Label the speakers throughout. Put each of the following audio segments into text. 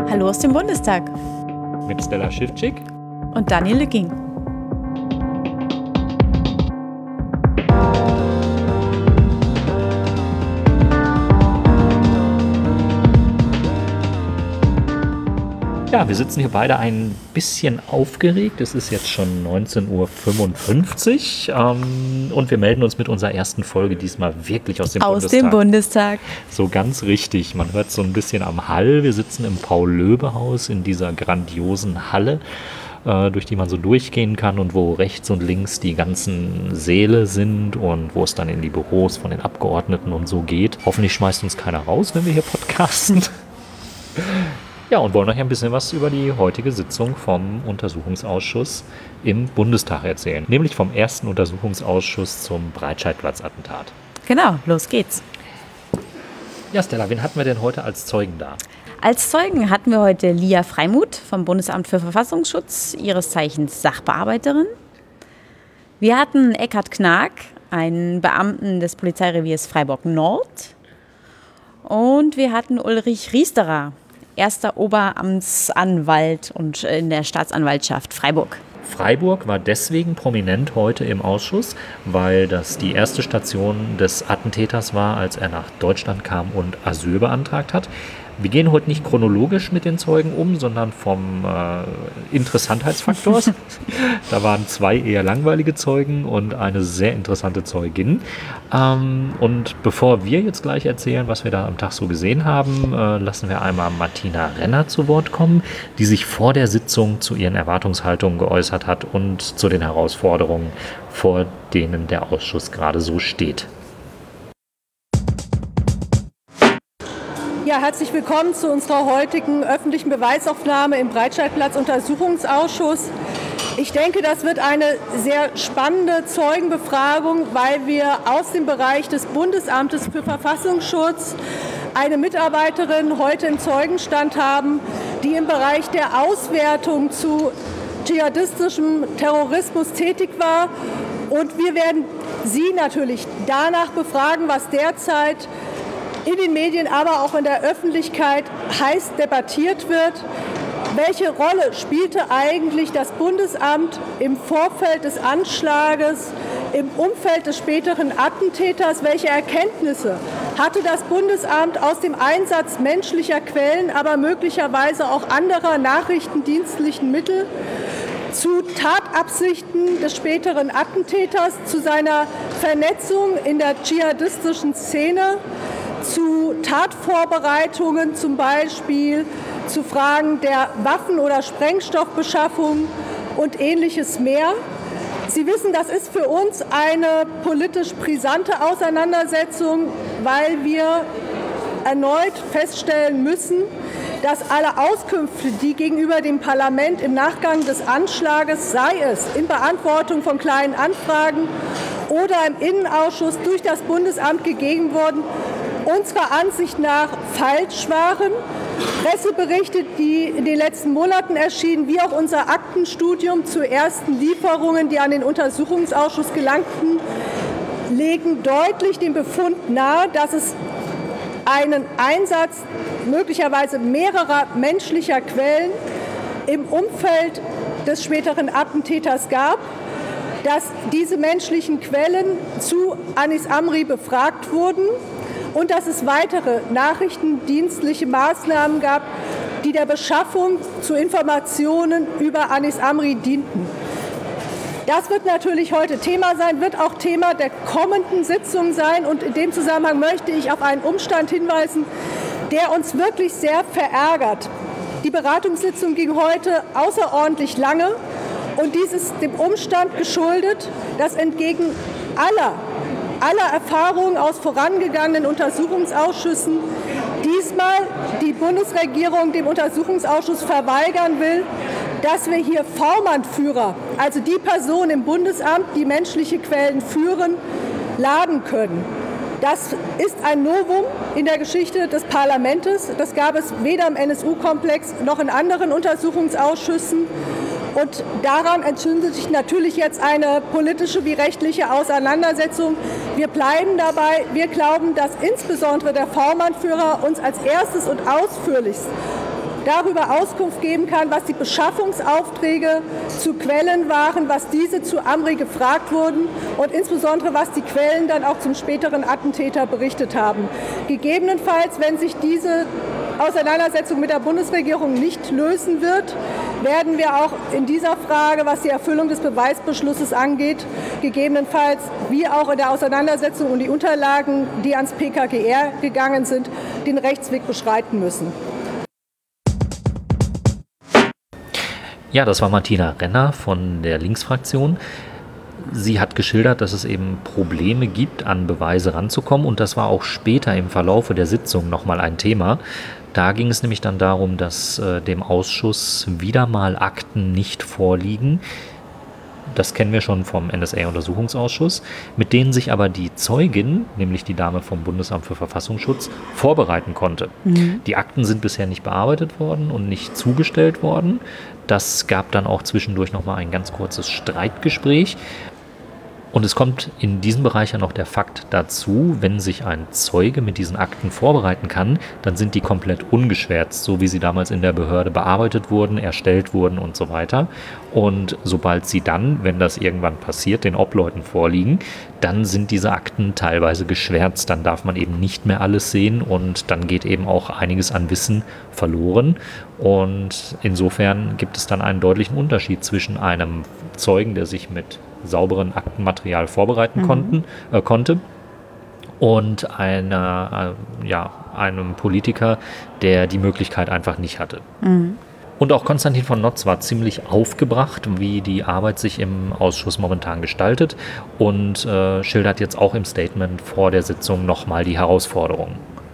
Speaker 1: Hallo aus dem Bundestag.
Speaker 2: Mit Stella Schiffczyk
Speaker 1: Und Daniel Lücking.
Speaker 2: Ja, wir sitzen hier beide ein bisschen aufgeregt. Es ist jetzt schon 19:55 Uhr und wir melden uns mit unserer ersten Folge diesmal wirklich aus dem Bundestag.
Speaker 1: Aus dem Bundestag.
Speaker 2: So ganz richtig. Man hört so ein bisschen am Hall. Wir sitzen im Paul-Löbe-Haus in dieser grandiosen Halle, durch die man so durchgehen kann und wo rechts und links die ganzen Säle sind und wo es dann in die Büros von den Abgeordneten und so geht. Hoffentlich schmeißt uns keiner raus, wenn wir hier podcasten. Ja, und wollen euch ein bisschen was über die heutige Sitzung vom Untersuchungsausschuss im Bundestag erzählen. Nämlich vom ersten Untersuchungsausschuss zum Breitscheidplatz-Attentat.
Speaker 1: Genau, los geht's.
Speaker 2: Ja, Stella, wen hatten wir denn heute als Zeugen da?
Speaker 1: Als Zeugen hatten wir heute Lia Freimuth vom Bundesamt für Verfassungsschutz, ihres Zeichens Sachbearbeiterin. Wir hatten Eckhard Knag, einen Beamten des Polizeireviers Freiburg-Nord. Und wir hatten Ulrich Riesterer, erster Oberamtsanwalt und in der Staatsanwaltschaft Freiburg.
Speaker 2: Freiburg war deswegen prominent heute im Ausschuss, weil das die erste Station des Attentäters war, als er nach Deutschland kam und Asyl beantragt hat. Wir gehen heute nicht chronologisch mit den Zeugen um, sondern vom Interessantheitsfaktor. Da waren 2 eher langweilige Zeugen und eine sehr interessante Zeugin. Und bevor wir jetzt gleich erzählen, was wir da am Tag so gesehen haben, lassen wir einmal Martina Renner zu Wort kommen, die sich vor der Sitzung zu ihren Erwartungshaltungen geäußert hat und zu den Herausforderungen, vor denen der Ausschuss gerade so steht.
Speaker 3: Ja, herzlich willkommen zu unserer heutigen öffentlichen Beweisaufnahme im Breitscheidplatz-Untersuchungsausschuss. Ich denke, das wird eine sehr spannende Zeugenbefragung, weil wir aus dem Bereich des Bundesamtes für Verfassungsschutz eine Mitarbeiterin heute im Zeugenstand haben, die im Bereich der Auswertung zu dschihadistischem Terrorismus tätig war. Und wir werden sie natürlich danach befragen, was derzeit in den Medien, aber auch in der Öffentlichkeit heiß debattiert wird. Welche Rolle spielte eigentlich das Bundesamt im Vorfeld des Anschlages, im Umfeld des späteren Attentäters? Welche Erkenntnisse hatte das Bundesamt aus dem Einsatz menschlicher Quellen, aber möglicherweise auch anderer nachrichtendienstlichen Mittel zu Tatabsichten des späteren Attentäters, zu seiner Vernetzung in der dschihadistischen Szene, zu Tatvorbereitungen, zum Beispiel zu Fragen der Waffen- oder Sprengstoffbeschaffung und Ähnliches mehr. Sie wissen, das ist für uns eine politisch brisante Auseinandersetzung, weil wir erneut feststellen müssen, dass alle Auskünfte, die gegenüber dem Parlament im Nachgang des Anschlages, sei es in Beantwortung von kleinen Anfragen oder im Innenausschuss durch das Bundesamt gegeben wurden, unserer Ansicht nach falsch waren. Presseberichte, die in den letzten Monaten erschienen, wie auch unser Aktenstudium zu ersten Lieferungen, die an den Untersuchungsausschuss gelangten, legen deutlich den Befund nahe, dass es einen Einsatz möglicherweise mehrerer menschlicher Quellen im Umfeld des späteren Attentäters gab, dass diese menschlichen Quellen zu Anis Amri befragt wurden und dass es weitere nachrichtendienstliche Maßnahmen gab, die der Beschaffung zu Informationen über Anis Amri dienten. Das wird natürlich heute Thema sein, wird auch Thema der kommenden Sitzung sein. Und in dem Zusammenhang möchte ich auf einen Umstand hinweisen, der uns wirklich sehr verärgert. Die Beratungssitzung ging heute außerordentlich lange und dies ist dem Umstand geschuldet, dass entgegen aller Erfahrungen aus vorangegangenen Untersuchungsausschüssen diesmal die Bundesregierung dem Untersuchungsausschuss verweigern will, dass wir hier V-Mann-Führer, also die Personen im Bundesamt, die menschliche Quellen führen, laden können. Das ist ein Novum in der Geschichte des Parlaments. Das gab es weder im NSU-Komplex noch in anderen Untersuchungsausschüssen. Und daran entzündet sich natürlich jetzt eine politische wie rechtliche Auseinandersetzung. Wir bleiben dabei. Wir glauben, dass insbesondere der V-Mann-Führer uns als erstes und ausführlichst darüber Auskunft geben kann, was die Beschaffungsaufträge zu Quellen waren, was diese zu Amri gefragt wurden und insbesondere, was die Quellen dann auch zum späteren Attentäter berichtet haben. Gegebenenfalls, wenn sich diese Auseinandersetzung mit der Bundesregierung nicht lösen wird, werden wir auch in dieser Frage, was die Erfüllung des Beweisbeschlusses angeht, gegebenenfalls wie auch in der Auseinandersetzung um die Unterlagen, die ans PKGR gegangen sind, den Rechtsweg beschreiten müssen.
Speaker 2: Ja, das war Martina Renner von der Linksfraktion. Sie hat geschildert, dass es eben Probleme gibt, an Beweise ranzukommen, und das war auch später im Verlaufe der Sitzung nochmal ein Thema. Da ging es nämlich dann darum, dass dem Ausschuss wieder mal Akten nicht vorliegen. Das kennen wir schon vom NSA-Untersuchungsausschuss, mit denen sich aber die Zeugin, nämlich die Dame vom Bundesamt für Verfassungsschutz, vorbereiten konnte. Die Akten sind bisher nicht bearbeitet worden und nicht zugestellt worden. Das gab dann auch zwischendurch nochmal ein ganz kurzes Streitgespräch. Und es kommt in diesem Bereich ja noch der Fakt dazu, wenn sich ein Zeuge mit diesen Akten vorbereiten kann, dann sind die komplett ungeschwärzt, so wie sie damals in der Behörde bearbeitet wurden, erstellt wurden und so weiter. Und sobald sie dann, wenn das irgendwann passiert, den Obleuten vorliegen, dann sind diese Akten teilweise geschwärzt. Dann darf man eben nicht mehr alles sehen und dann geht eben auch einiges an Wissen verloren. Und insofern gibt es dann einen deutlichen Unterschied zwischen einem Zeugen, der sich mit sauberen Aktenmaterial vorbereiten konnte, und einem Politiker, der die Möglichkeit einfach nicht hatte. Und auch Konstantin von Notz war ziemlich aufgebracht, wie die Arbeit sich im Ausschuss momentan gestaltet, und schildert jetzt auch im Statement vor der Sitzung nochmal die Herausforderungen.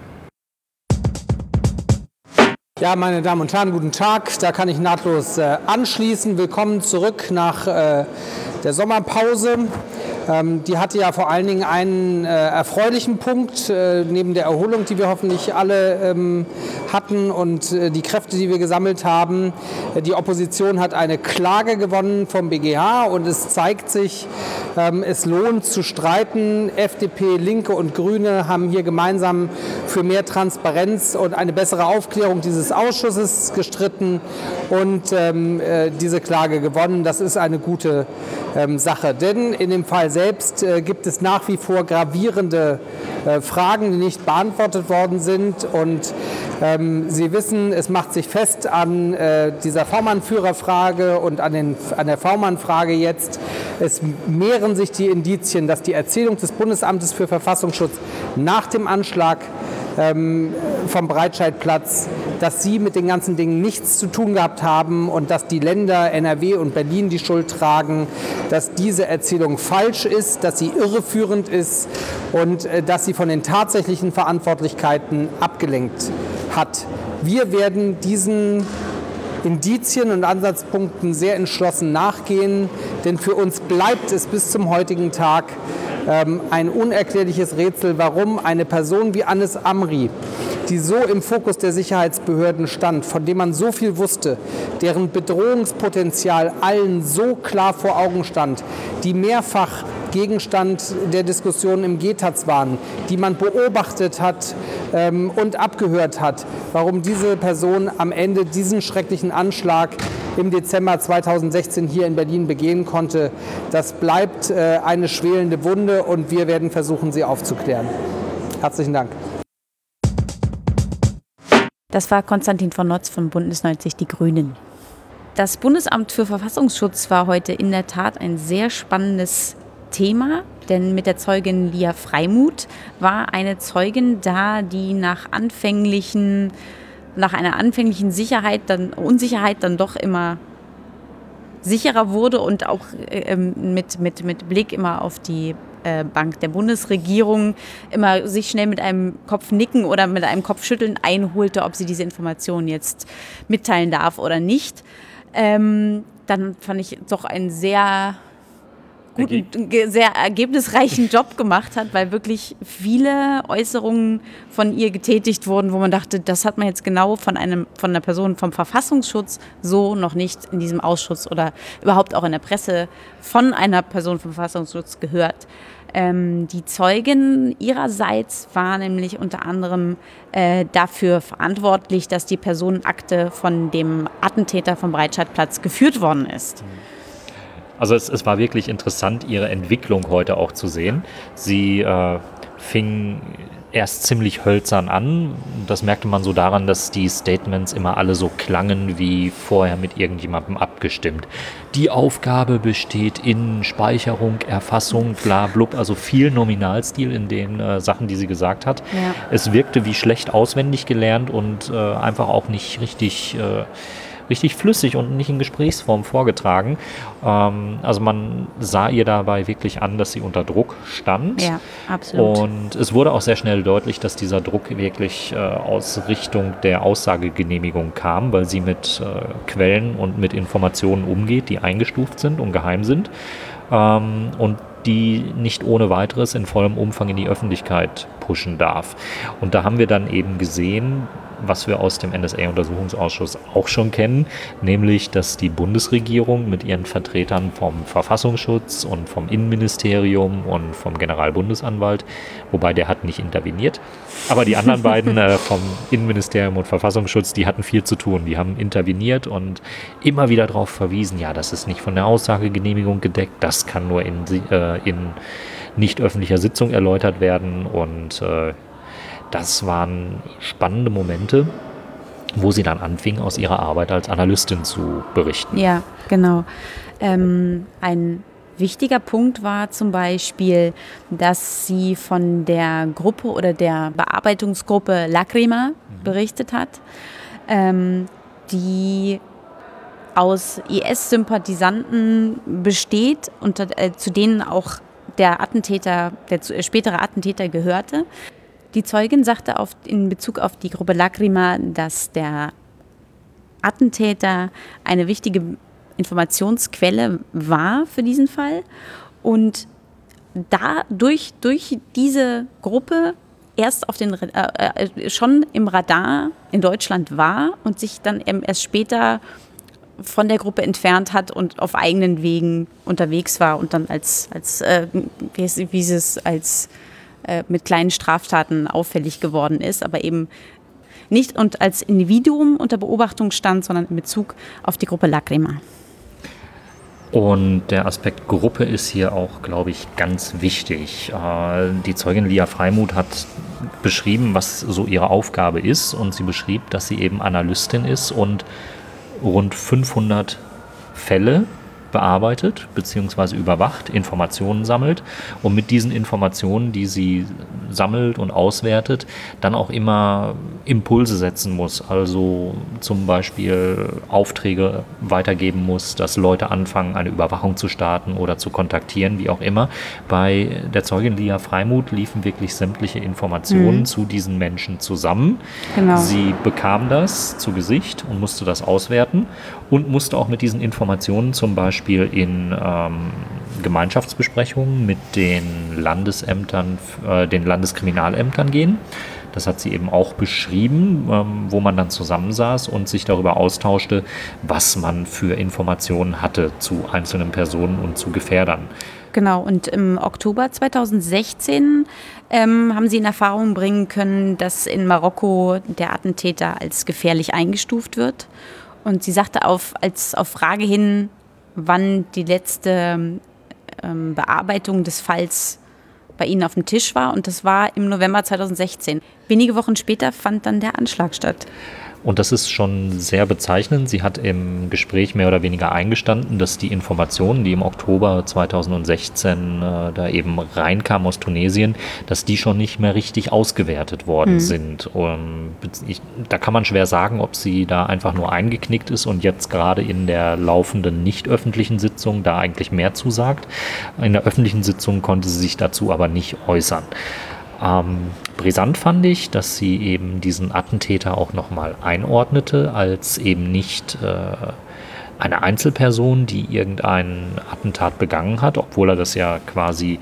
Speaker 4: Ja, meine Damen und Herren, guten Tag. Da kann ich nahtlos anschließen. Willkommen zurück nach der Sommerpause. Die hatte ja vor allen Dingen einen erfreulichen Punkt, neben der Erholung, die wir hoffentlich alle hatten, und die Kräfte, die wir gesammelt haben. Die Opposition hat eine Klage gewonnen vom BGH, und es zeigt sich, es lohnt zu streiten. FDP, Linke und Grüne haben hier gemeinsam für mehr Transparenz und eine bessere Aufklärung dieses Ausschusses gestritten und diese Klage gewonnen. Das ist eine gute Sache, denn in dem Fall selbst gibt es nach wie vor gravierende Fragen, die nicht beantwortet worden sind, und Sie wissen, es macht sich fest an dieser V-Mann-Führerfrage und an der V-Mann-Frage jetzt. Es mehren sich die Indizien, dass die Erzählung des Bundesamtes für Verfassungsschutz nach dem Anschlag vom Breitscheidplatz, dass sie mit den ganzen Dingen nichts zu tun gehabt haben und dass die Länder NRW und Berlin die Schuld tragen, dass diese Erzählung falsch ist, dass sie irreführend ist und dass sie von den tatsächlichen Verantwortlichkeiten abgelenkt hat. Wir werden diesen Indizien und Ansatzpunkten sehr entschlossen nachgehen, denn für uns bleibt es bis zum heutigen Tag ein unerklärliches Rätsel, warum eine Person wie Anis Amri, die so im Fokus der Sicherheitsbehörden stand, von dem man so viel wusste, deren Bedrohungspotenzial allen so klar vor Augen stand, die mehrfach Gegenstand der Diskussionen im GTAZ waren, die man beobachtet hat und abgehört hat, warum diese Person am Ende diesen schrecklichen Anschlag im Dezember 2016 hier in Berlin begehen konnte. Das bleibt eine schwelende Wunde, und wir werden versuchen, sie aufzuklären. Herzlichen Dank.
Speaker 1: Das war Konstantin von Notz von Bündnis 90 Die Grünen. Das Bundesamt für Verfassungsschutz war heute in der Tat ein sehr spannendes Thema, denn mit der Zeugin Lia Freimuth war eine Zeugin da, die nach einer anfänglichen Unsicherheit dann doch immer sicherer wurde und auch mit Blick immer auf die Bank der Bundesregierung immer sich schnell mit einem Kopfnicken oder mit einem Kopfschütteln einholte, ob sie diese Informationen jetzt mitteilen darf oder nicht. Dann fand ich doch einen sehr ergebnisreichen Job gemacht hat, weil wirklich viele Äußerungen von ihr getätigt wurden, wo man dachte, das hat man jetzt genau von einer Person vom Verfassungsschutz so noch nicht in diesem Ausschuss oder überhaupt auch in der Presse von einer Person vom Verfassungsschutz gehört. Die Zeugin ihrerseits war nämlich unter anderem dafür verantwortlich, dass die Personenakte von dem Attentäter vom Breitscheidplatz geführt worden ist.
Speaker 2: Also es war wirklich interessant, ihre Entwicklung heute auch zu sehen. Sie fing erst ziemlich hölzern an. Das merkte man so daran, dass die Statements immer alle so klangen wie vorher mit irgendjemandem abgestimmt. Die Aufgabe besteht in Speicherung, Erfassung, bla blub, also viel Nominalstil in den Sachen, die sie gesagt hat.
Speaker 1: Ja.
Speaker 2: Es wirkte wie schlecht auswendig gelernt und einfach auch nicht richtig flüssig und nicht in Gesprächsform vorgetragen. Also man sah ihr dabei wirklich an, dass sie unter Druck stand.
Speaker 1: Ja, absolut.
Speaker 2: Und es wurde auch sehr schnell deutlich, dass dieser Druck wirklich aus Richtung der Aussagegenehmigung kam, weil sie mit Quellen und mit Informationen umgeht, die eingestuft sind und geheim sind. Und die nicht ohne weiteres in vollem Umfang in die Öffentlichkeit pushen darf. Und da haben wir dann eben gesehen, was wir aus dem NSA-Untersuchungsausschuss auch schon kennen, nämlich, dass die Bundesregierung mit ihren Vertretern vom Verfassungsschutz und vom Innenministerium und vom Generalbundesanwalt, wobei der hat nicht interveniert, aber die anderen beiden vom Innenministerium und Verfassungsschutz, die hatten viel zu tun. Die haben interveniert und immer wieder darauf verwiesen, ja, das ist nicht von der Aussagegenehmigung gedeckt, das kann nur in nicht öffentlicher Sitzung erläutert werden und das waren spannende Momente, wo sie dann anfing, aus ihrer Arbeit als Analystin zu berichten.
Speaker 1: Ja, genau. Ein wichtiger Punkt war zum Beispiel, dass sie von der Gruppe oder der Bearbeitungsgruppe Lacrima berichtet hat, die aus IS-Sympathisanten besteht und zu denen auch der spätere Attentäter gehörte. Die Zeugin sagte in Bezug auf die Gruppe Lacrima, dass der Attentäter eine wichtige Informationsquelle war für diesen Fall und durch diese Gruppe erst schon im Radar in Deutschland war und sich dann erst später von der Gruppe entfernt hat und auf eigenen Wegen unterwegs war und dann mit kleinen Straftaten auffällig geworden ist, aber eben nicht und als Individuum unter Beobachtung stand, sondern in Bezug auf die Gruppe Lacrima.
Speaker 2: Und der Aspekt Gruppe ist hier auch, glaube ich, ganz wichtig. Die Zeugin Lia Freimuth hat beschrieben, was so ihre Aufgabe ist, und sie beschrieb, dass sie eben Analystin ist und rund 500 Fälle bearbeitet bzw. überwacht, Informationen sammelt und mit diesen Informationen, die sie sammelt und auswertet, dann auch immer Impulse setzen muss. Also zum Beispiel Aufträge weitergeben muss, dass Leute anfangen, eine Überwachung zu starten oder zu kontaktieren, wie auch immer. Bei der Zeugin Lia Freimuth liefen wirklich sämtliche Informationen zu diesen Menschen zusammen.
Speaker 1: Genau.
Speaker 2: Sie bekam das zu Gesicht und musste das auswerten und musste auch mit diesen Informationen zum Beispiel in Gemeinschaftsbesprechungen mit den Landesämtern, den Landeskriminalämtern gehen. Das hat sie eben auch beschrieben, wo man dann zusammensaß und sich darüber austauschte, was man für Informationen hatte zu einzelnen Personen und zu Gefährdern.
Speaker 1: Genau, und im Oktober 2016 haben sie in Erfahrung bringen können, dass in Marokko der Attentäter als gefährlich eingestuft wird. Und sie sagte auf Frage hin, wann die letzte Bearbeitung des Falls bei ihnen auf dem Tisch war. Und das war im November 2016. Wenige Wochen später fand dann der Anschlag statt.
Speaker 2: Und das ist schon sehr bezeichnend. Sie hat im Gespräch mehr oder weniger eingestanden, dass die Informationen, die im Oktober 2016 da eben reinkamen aus Tunesien, dass die schon nicht mehr richtig ausgewertet worden sind. Da kann man schwer sagen, ob sie da einfach nur eingeknickt ist und jetzt gerade in der laufenden nicht öffentlichen Sitzung da eigentlich mehr zusagt. In der öffentlichen Sitzung konnte sie sich dazu aber nicht äußern. Brisant fand ich, dass sie eben diesen Attentäter auch nochmal einordnete als eben nicht eine Einzelperson, die irgendein Attentat begangen hat, obwohl er das ja quasi,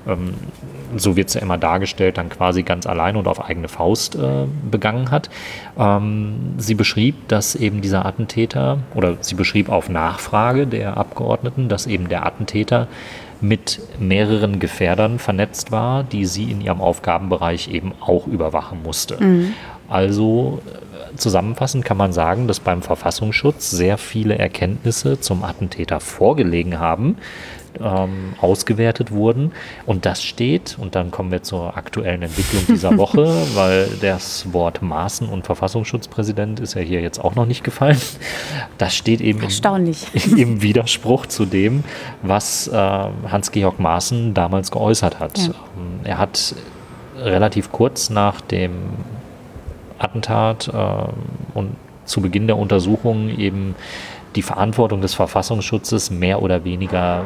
Speaker 2: so wird es ja immer dargestellt, dann quasi ganz allein und auf eigene Faust begangen hat. Sie beschrieb, dass eben dieser Attentäter, oder sie beschrieb auf Nachfrage der Abgeordneten, dass eben der Attentäter mit mehreren Gefährdern vernetzt war, die sie in ihrem Aufgabenbereich eben auch überwachen musste. Also zusammenfassend kann man sagen, dass beim Verfassungsschutz sehr viele Erkenntnisse zum Attentäter vorgelegen haben, ausgewertet wurden. Und das steht, und dann kommen wir zur aktuellen Entwicklung dieser Woche, weil das Wort Maaßen und Verfassungsschutzpräsident ist ja hier jetzt auch noch nicht gefallen. Das steht eben im Widerspruch zu dem, was Hans-Georg Maaßen damals geäußert hat. Ja. Er hat relativ kurz nach dem Attentat und zu Beginn der Untersuchung eben die Verantwortung des Verfassungsschutzes mehr oder weniger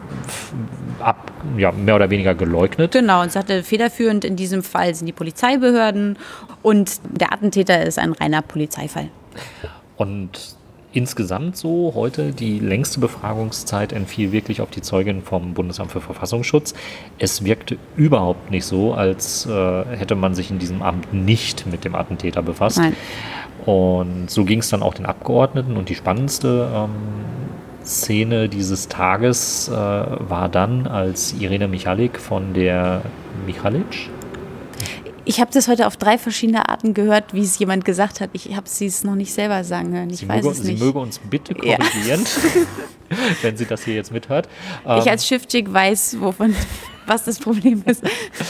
Speaker 2: geleugnet.
Speaker 1: Genau, und sagte, federführend in diesem Fall sind die Polizeibehörden und der Attentäter ist ein reiner Polizeifall.
Speaker 2: Und insgesamt so heute die längste Befragungszeit entfiel wirklich auf die Zeugin vom Bundesamt für Verfassungsschutz. Es wirkte überhaupt nicht so, als hätte man sich in diesem Amt nicht mit dem Attentäter befasst.
Speaker 1: Nein.
Speaker 2: Und so ging es dann auch den Abgeordneten. Und die spannendste Szene dieses Tages war dann, als Irene Michalik von der Michalic.
Speaker 1: Ich habe das heute auf 3 verschiedene Arten gehört, wie es jemand gesagt hat. Ich habe es noch nicht selber sagen hören. Ich weiß es nicht.
Speaker 2: Sie möge uns bitte korrigieren, wenn sie das hier jetzt mithört.
Speaker 1: Ich als Schiffchick weiß, was das Problem ist.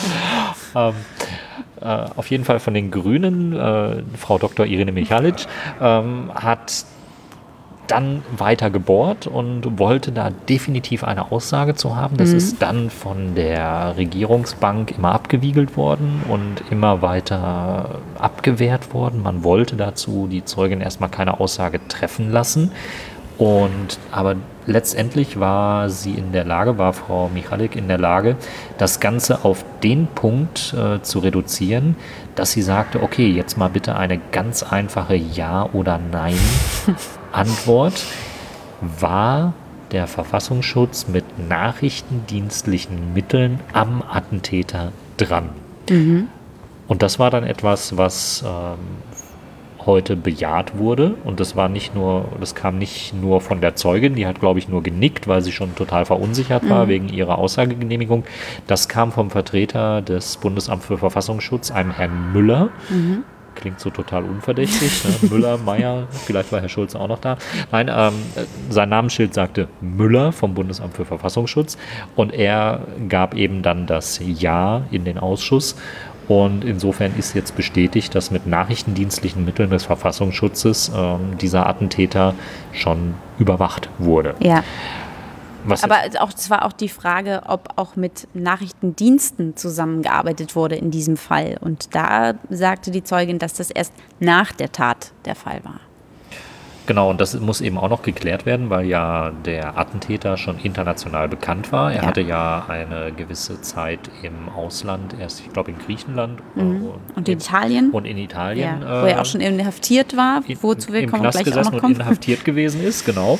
Speaker 2: Auf jeden Fall von den Grünen, Frau Dr. Irene Michalic, hat dann weiter gebohrt und wollte da definitiv eine Aussage zu haben. Das ist dann von der Regierungsbank immer abgewiegelt worden und immer weiter abgewehrt worden. Man wollte dazu die Zeugin erstmal keine Aussage treffen lassen. Aber letztendlich war Frau Michalik in der Lage, das Ganze auf den Punkt zu reduzieren, dass sie sagte, okay, jetzt mal bitte eine ganz einfache Ja- oder Nein-Antwort. War der Verfassungsschutz mit nachrichtendienstlichen Mitteln am Attentäter dran? Und das war dann etwas, was heute bejaht wurde, und das kam nicht nur von der Zeugin, die hat, glaube ich, nur genickt, weil sie schon total verunsichert war wegen ihrer Aussagegenehmigung. Das kam vom Vertreter des Bundesamts für Verfassungsschutz, einem Herrn Müller. Klingt so total unverdächtig, ne? Müller, Meier, vielleicht war Herr Schulze auch noch da. Nein, sein Namensschild sagte Müller vom Bundesamt für Verfassungsschutz, und er gab eben dann das Ja in den Ausschuss. Und insofern ist jetzt bestätigt, dass mit nachrichtendienstlichen Mitteln des Verfassungsschutzes dieser Attentäter schon überwacht wurde.
Speaker 1: Ja. Aber es war auch die Frage, ob auch mit Nachrichtendiensten zusammengearbeitet wurde in diesem Fall. Und da sagte die Zeugin, dass das erst nach der Tat der Fall war.
Speaker 2: Genau, und das muss eben auch noch geklärt werden, weil ja der Attentäter schon international bekannt war. Er hatte ja eine gewisse Zeit im Ausland, erst, ich glaube, in Griechenland
Speaker 1: und in Italien.
Speaker 2: Und in Italien.
Speaker 1: Ja, wo er auch schon inhaftiert war, wozu wir kommen gleich auch noch kommen.
Speaker 2: Und inhaftiert gewesen ist, genau.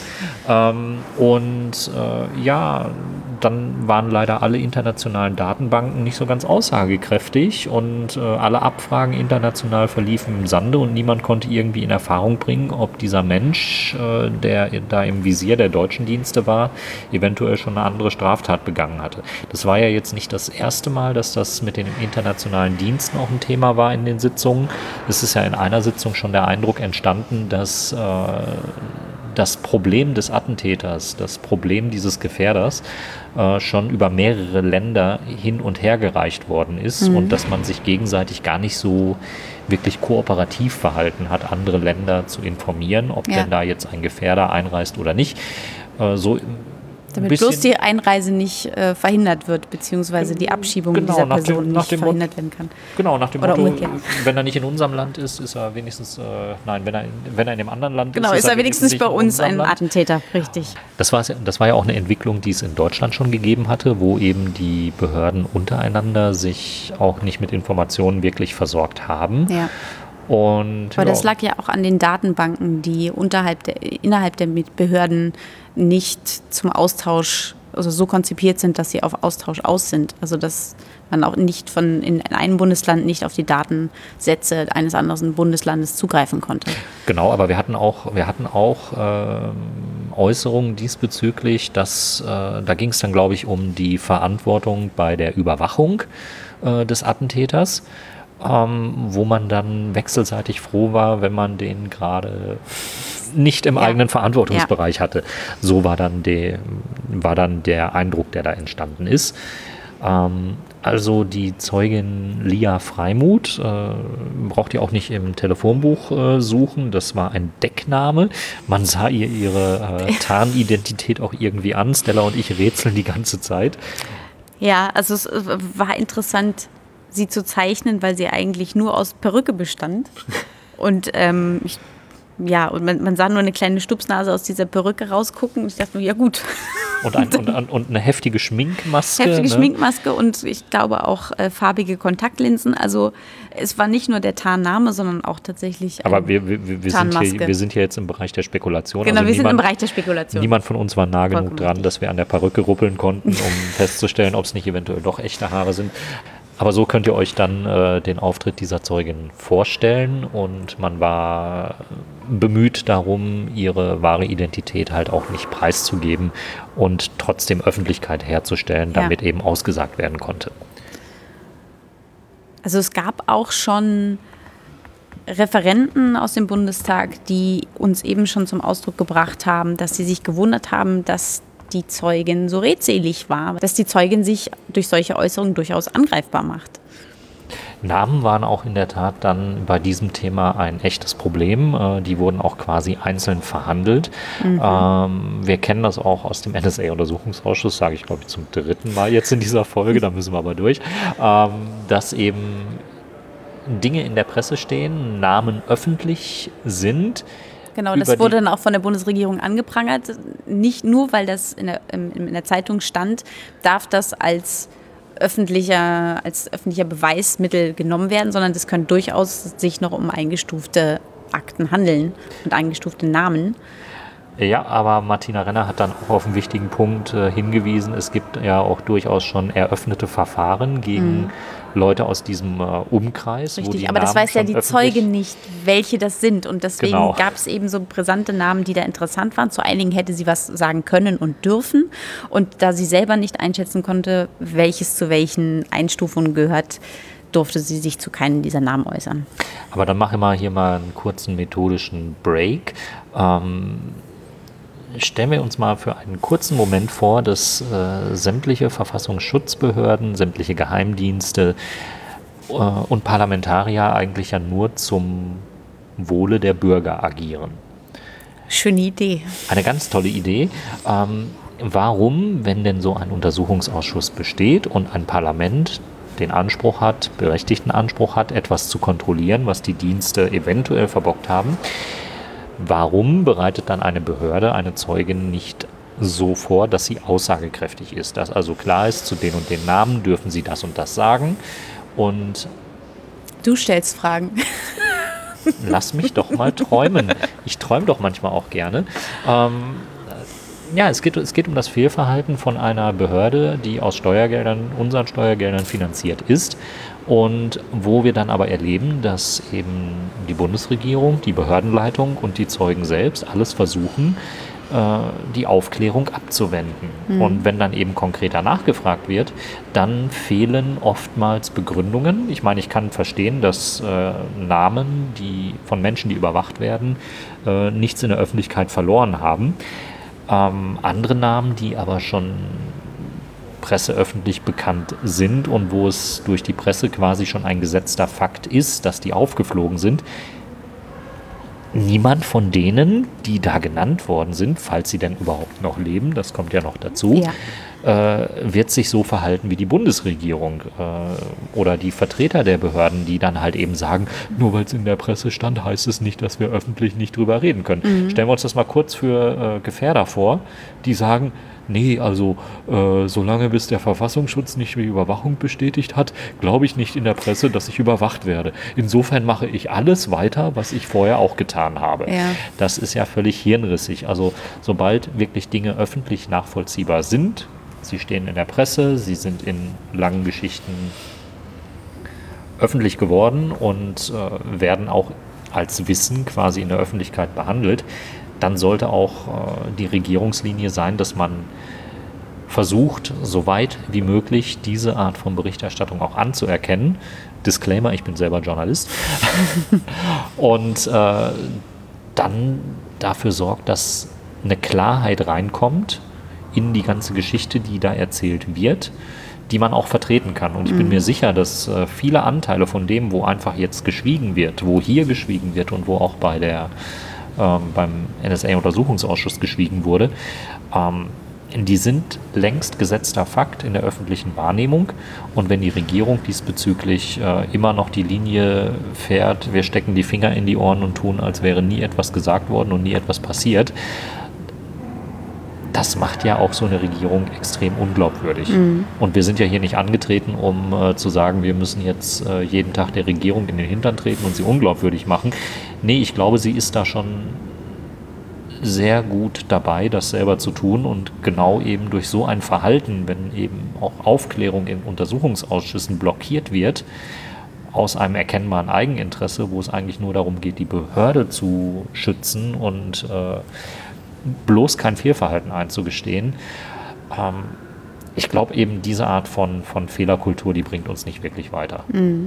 Speaker 2: Dann waren leider alle internationalen Datenbanken nicht so ganz aussagekräftig, und alle Abfragen international verliefen im Sande, und niemand konnte irgendwie in Erfahrung bringen, ob dieser Mensch, der da im Visier der deutschen Dienste war, eventuell schon eine andere Straftat begangen hatte. Das war ja jetzt nicht das erste Mal, dass das mit den internationalen Diensten auch ein Thema war in den Sitzungen. Es ist ja in einer Sitzung schon der Eindruck entstanden, dass das Problem des Attentäters, das Problem dieses Gefährders schon über mehrere Länder hin und her gereicht worden ist und dass man sich gegenseitig gar nicht so wirklich kooperativ verhalten hat, andere Länder zu informieren, ob denn da jetzt ein Gefährder einreist oder nicht. Damit
Speaker 1: bloß die Einreise nicht verhindert wird, beziehungsweise die Abschiebung dieser Person nicht verhindert werden kann.
Speaker 2: Genau, nach dem Motto, wenn er nicht in unserem Land ist, ist er wenigstens, wenn er in einem anderen Land ist,
Speaker 1: ist er wenigstens bei uns ein Attentäter, richtig.
Speaker 2: Das war ja auch eine Entwicklung, die es in Deutschland schon gegeben hatte, wo eben die Behörden untereinander sich auch nicht mit Informationen wirklich versorgt haben.
Speaker 1: Ja.
Speaker 2: Aber
Speaker 1: das lag ja auch an den Datenbanken, die innerhalb der Behörden nicht zum Austausch, also so konzipiert sind, dass sie auf Austausch aus sind. Also dass man auch nicht in einem Bundesland nicht auf die Datensätze eines anderen Bundeslandes zugreifen konnte.
Speaker 2: Genau, aber wir hatten auch Äußerungen diesbezüglich, da ging es dann, glaube ich, um die Verantwortung bei der Überwachung des Attentäters, wo man dann wechselseitig froh war, wenn man den gerade nicht im eigenen Verantwortungsbereich hatte. So war dann der Eindruck, der da entstanden ist. Also die Zeugin Lia Freimuth, braucht ihr auch nicht im Telefonbuch suchen, das war ein Deckname. Man sah ihr ihre Tarnidentität auch irgendwie an. Stella und ich rätseln die ganze Zeit.
Speaker 1: Ja, also es war interessant, sie zu zeichnen, weil sie eigentlich nur aus Perücke bestand. Und und man sah nur eine kleine Stupsnase aus dieser Perücke rausgucken. Und ich dachte mir, ja gut.
Speaker 2: Und eine heftige Schminkmaske.
Speaker 1: Schminkmaske und ich glaube auch farbige Kontaktlinsen. Also es war nicht nur der Tarnname, sondern auch tatsächlich
Speaker 2: Aber wir sind hier jetzt im Bereich der Spekulation.
Speaker 1: Genau, also wir sind im Bereich der Spekulation.
Speaker 2: Niemand von uns war nah genug dran, dass wir an der Perücke ruppeln konnten, um festzustellen, ob es nicht eventuell doch echte Haare sind. Aber so könnt ihr euch dann den Auftritt dieser Zeugin vorstellen und man war bemüht darum, ihre wahre Identität halt auch nicht preiszugeben und trotzdem Öffentlichkeit herzustellen, damit eben ausgesagt werden konnte.
Speaker 1: Also es gab auch schon Referenten aus dem Bundestag, die uns eben schon zum Ausdruck gebracht haben, dass sie sich gewundert haben, dass die Zeugin so redselig war, dass die Zeugin sich durch solche Äußerungen durchaus angreifbar macht.
Speaker 2: Namen waren auch in der Tat dann bei diesem Thema ein echtes Problem. Die wurden auch quasi einzeln verhandelt. Wir kennen das auch aus dem NSA-Untersuchungsausschuss, sage ich glaube ich zum 3. Mal jetzt in dieser Folge, da müssen wir aber durch, dass eben Dinge in der Presse stehen, Namen öffentlich sind.
Speaker 1: Genau, das wurde dann auch von der Bundesregierung angeprangert. Nicht nur, weil das in der Zeitung stand, darf das als öffentlicher Beweismittel genommen werden, sondern das können durchaus sich noch um eingestufte Akten handeln und eingestufte Namen.
Speaker 2: Ja, aber Martina Renner hat dann auch auf einen wichtigen Punkt hingewiesen. Es gibt ja auch durchaus schon eröffnete Verfahren gegen Leute aus diesem Umkreis.
Speaker 1: Richtig, aber das weiß ja die Zeugin nicht, welche das sind. Und deswegen gab es eben so brisante Namen, die da interessant waren. Zu einigen hätte sie was sagen können und dürfen. Und da sie selber nicht einschätzen konnte, welches zu welchen Einstufungen gehört, durfte sie sich zu keinem dieser Namen äußern.
Speaker 2: Aber dann mache ich hier mal einen kurzen methodischen Break. Stellen wir uns mal für einen kurzen Moment vor, dass sämtliche Verfassungsschutzbehörden, sämtliche Geheimdienste und Parlamentarier eigentlich ja nur zum Wohle der Bürger agieren.
Speaker 1: Schöne Idee.
Speaker 2: Eine ganz tolle Idee. Warum, wenn denn so ein Untersuchungsausschuss besteht und ein Parlament den Anspruch hat, berechtigten Anspruch hat, etwas zu kontrollieren, was die Dienste eventuell verbockt haben, warum bereitet dann eine Behörde eine Zeugin nicht so vor, dass sie aussagekräftig ist? Dass also klar ist, zu den und den Namen dürfen sie das und das sagen. Und
Speaker 1: du stellst Fragen.
Speaker 2: Lass mich doch mal träumen. Ich träume doch manchmal auch gerne. Es geht um das Fehlverhalten von einer Behörde, die aus unseren Steuergeldern finanziert ist. Und wo wir dann aber erleben, dass eben die Bundesregierung, die Behördenleitung und die Zeugen selbst alles versuchen, die Aufklärung abzuwenden. Und wenn dann eben konkreter nachgefragt wird, dann fehlen oftmals Begründungen. Ich meine, ich kann verstehen, dass Namen, die von Menschen, die überwacht werden, nichts in der Öffentlichkeit verloren haben. Andere Namen, die aber schon presseöffentlich bekannt sind und wo es durch die Presse quasi schon ein gesetzter Fakt ist, dass die aufgeflogen sind. Niemand von denen, die da genannt worden sind, falls sie denn überhaupt noch leben, das kommt ja noch dazu, wird sich so verhalten wie die Bundesregierung oder die Vertreter der Behörden, die dann halt eben sagen, nur weil es in der Presse stand, heißt es nicht, dass wir öffentlich nicht drüber reden können. Stellen wir uns das mal kurz für Gefährder vor, die sagen, nee, also solange bis der Verfassungsschutz nicht die Überwachung bestätigt hat, glaube ich nicht in der Presse, dass ich überwacht werde. Insofern mache ich alles weiter, was ich vorher auch getan habe. Ja. Das ist ja völlig hirnrissig. Also sobald wirklich Dinge öffentlich nachvollziehbar sind, sie stehen in der Presse, sie sind in langen Geschichten öffentlich geworden und werden auch als Wissen quasi in der Öffentlichkeit behandelt, dann sollte auch die Regierungslinie sein, dass man versucht, so weit wie möglich diese Art von Berichterstattung auch anzuerkennen. Disclaimer, ich bin selber Journalist. Und dann dafür sorgt, dass eine Klarheit reinkommt in die ganze Geschichte, die da erzählt wird, die man auch vertreten kann. Und ich bin mir sicher, dass viele Anteile von dem, wo einfach jetzt geschwiegen wird, wo hier geschwiegen wird und wo auch beim NSA-Untersuchungsausschuss geschwiegen wurde, die sind längst gesetzter Fakt in der öffentlichen Wahrnehmung. Und wenn die Regierung diesbezüglich immer noch die Linie fährt, wir stecken die Finger in die Ohren und tun, als wäre nie etwas gesagt worden und nie etwas passiert, das macht ja auch so eine Regierung extrem unglaubwürdig. Und wir sind ja hier nicht angetreten, um zu sagen, wir müssen jetzt jeden Tag der Regierung in den Hintern treten und sie unglaubwürdig machen. Nee, ich glaube, sie ist da schon sehr gut dabei, das selber zu tun und genau eben durch so ein Verhalten, wenn eben auch Aufklärung in Untersuchungsausschüssen blockiert wird, aus einem erkennbaren Eigeninteresse, wo es eigentlich nur darum geht, die Behörde zu schützen und bloß kein Fehlverhalten einzugestehen. Ich glaube eben, diese Art von Fehlerkultur, die bringt uns nicht wirklich weiter.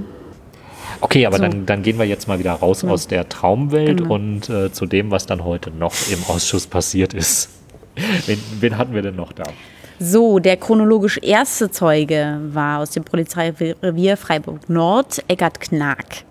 Speaker 2: Okay, aber so. Dann gehen wir jetzt mal wieder raus aus der Traumwelt und zu dem, was dann heute noch im Ausschuss passiert ist. Wen hatten wir denn noch da?
Speaker 1: So, der chronologisch erste Zeuge war aus dem Polizeirevier Freiburg-Nord, Eckart Knaak.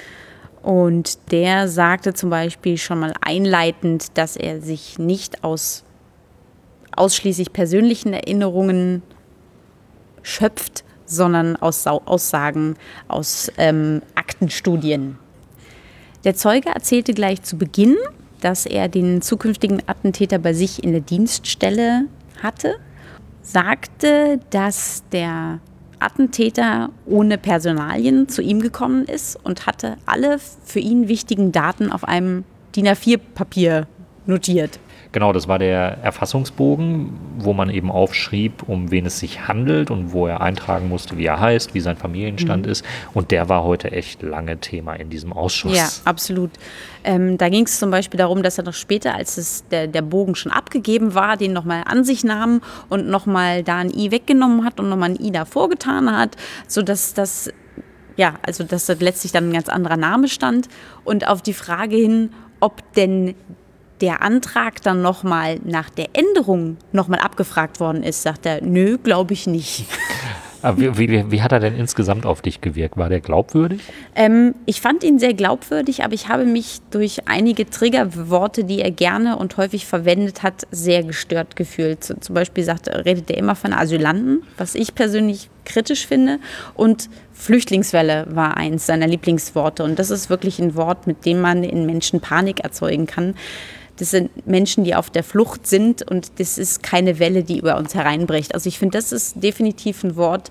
Speaker 1: Und der sagte zum Beispiel schon mal einleitend, dass er sich nicht aus ausschließlich persönlichen Erinnerungen schöpft, sondern aus Aussagen aus Aktenstudien. Der Zeuge erzählte gleich zu Beginn, dass er den zukünftigen Attentäter bei sich in der Dienststelle hatte, sagte, dass der Attentäter ohne Personalien zu ihm gekommen ist und hatte alle für ihn wichtigen Daten auf einem DIN A4-Papier notiert.
Speaker 2: Genau, das war der Erfassungsbogen, wo man eben aufschrieb, um wen es sich handelt und wo er eintragen musste, wie er heißt, wie sein Familienstand ist. Und der war heute echt lange Thema in diesem Ausschuss.
Speaker 1: Ja, absolut. Da ging es zum Beispiel darum, dass er noch später, als der Bogen schon abgegeben war, den nochmal an sich nahm und nochmal da ein I weggenommen hat und nochmal ein I davor getan hat, sodass dass letztlich dann ein ganz anderer Name stand. Und auf die Frage hin, ob denn der Antrag dann nochmal nach der Änderung nochmal abgefragt worden ist, sagt er, nö, glaube ich nicht.
Speaker 2: Aber wie hat er denn insgesamt auf dich gewirkt? War der glaubwürdig?
Speaker 1: Ich fand ihn sehr glaubwürdig, aber ich habe mich durch einige Triggerworte, die er gerne und häufig verwendet hat, sehr gestört gefühlt. Zum Beispiel redet er immer von Asylanten, was ich persönlich kritisch finde. Und Flüchtlingswelle war eins seiner Lieblingsworte. Und das ist wirklich ein Wort, mit dem man in Menschen Panik erzeugen kann. Das sind Menschen, die auf der Flucht sind und das ist keine Welle, die über uns hereinbricht. Also ich finde, das ist definitiv ein Wort,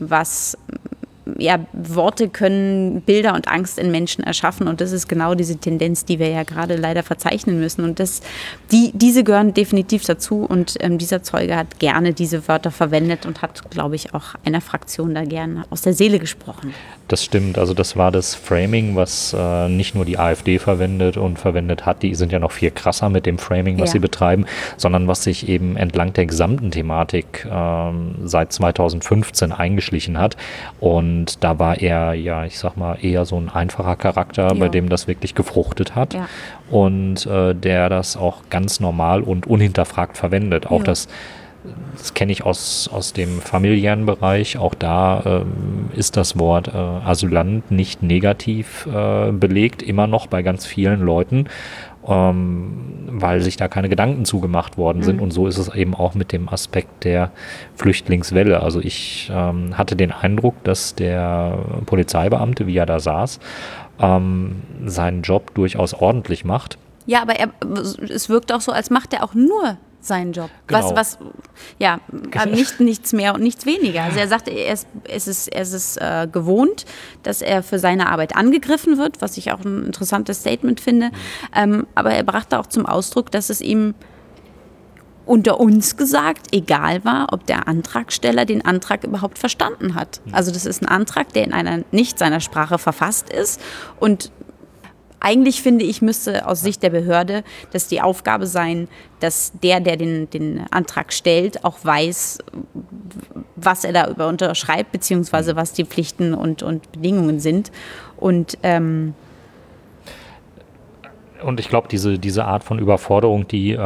Speaker 1: Worte können Bilder und Angst in Menschen erschaffen und das ist genau diese Tendenz, die wir ja gerade leider verzeichnen müssen und diese gehören definitiv dazu und dieser Zeuge hat gerne diese Wörter verwendet und hat, glaube ich, auch einer Fraktion da gerne aus der Seele gesprochen.
Speaker 2: Das stimmt, also das war das Framing, was nicht nur die AfD verwendet hat, die sind ja noch viel krasser mit dem Framing, was sie betreiben, sondern was sich eben entlang der gesamten Thematik seit 2015 eingeschlichen hat und da war er, eher so ein einfacher Charakter, bei dem das wirklich gefruchtet hat und der das auch ganz normal und unhinterfragt verwendet. Auch das kenne ich aus dem familiären Bereich. Auch da ist das Wort Asylant nicht negativ belegt, immer noch bei ganz vielen Leuten, weil sich da keine Gedanken zugemacht worden sind. Und so ist es eben auch mit dem Aspekt der Flüchtlingswelle. Also ich hatte den Eindruck, dass der Polizeibeamte, wie er da saß, seinen Job durchaus ordentlich macht.
Speaker 1: Ja, aber es wirkt auch so, als macht er auch nur seinen Job.
Speaker 2: Genau.
Speaker 1: Nichts mehr und nichts weniger. Also er sagte, er ist gewohnt, dass er für seine Arbeit angegriffen wird, was ich auch ein interessantes Statement finde. Aber er brachte auch zum Ausdruck, dass es ihm unter uns gesagt egal war, ob der Antragsteller den Antrag überhaupt verstanden hat. Also das ist ein Antrag, der in einer nicht seiner Sprache verfasst ist und eigentlich finde ich, müsste aus Sicht der Behörde das die Aufgabe sein, dass der den Antrag stellt, auch weiß, was er da unterschreibt, beziehungsweise was die Pflichten und Bedingungen sind. Und
Speaker 2: ich glaube, diese Art von Überforderung, die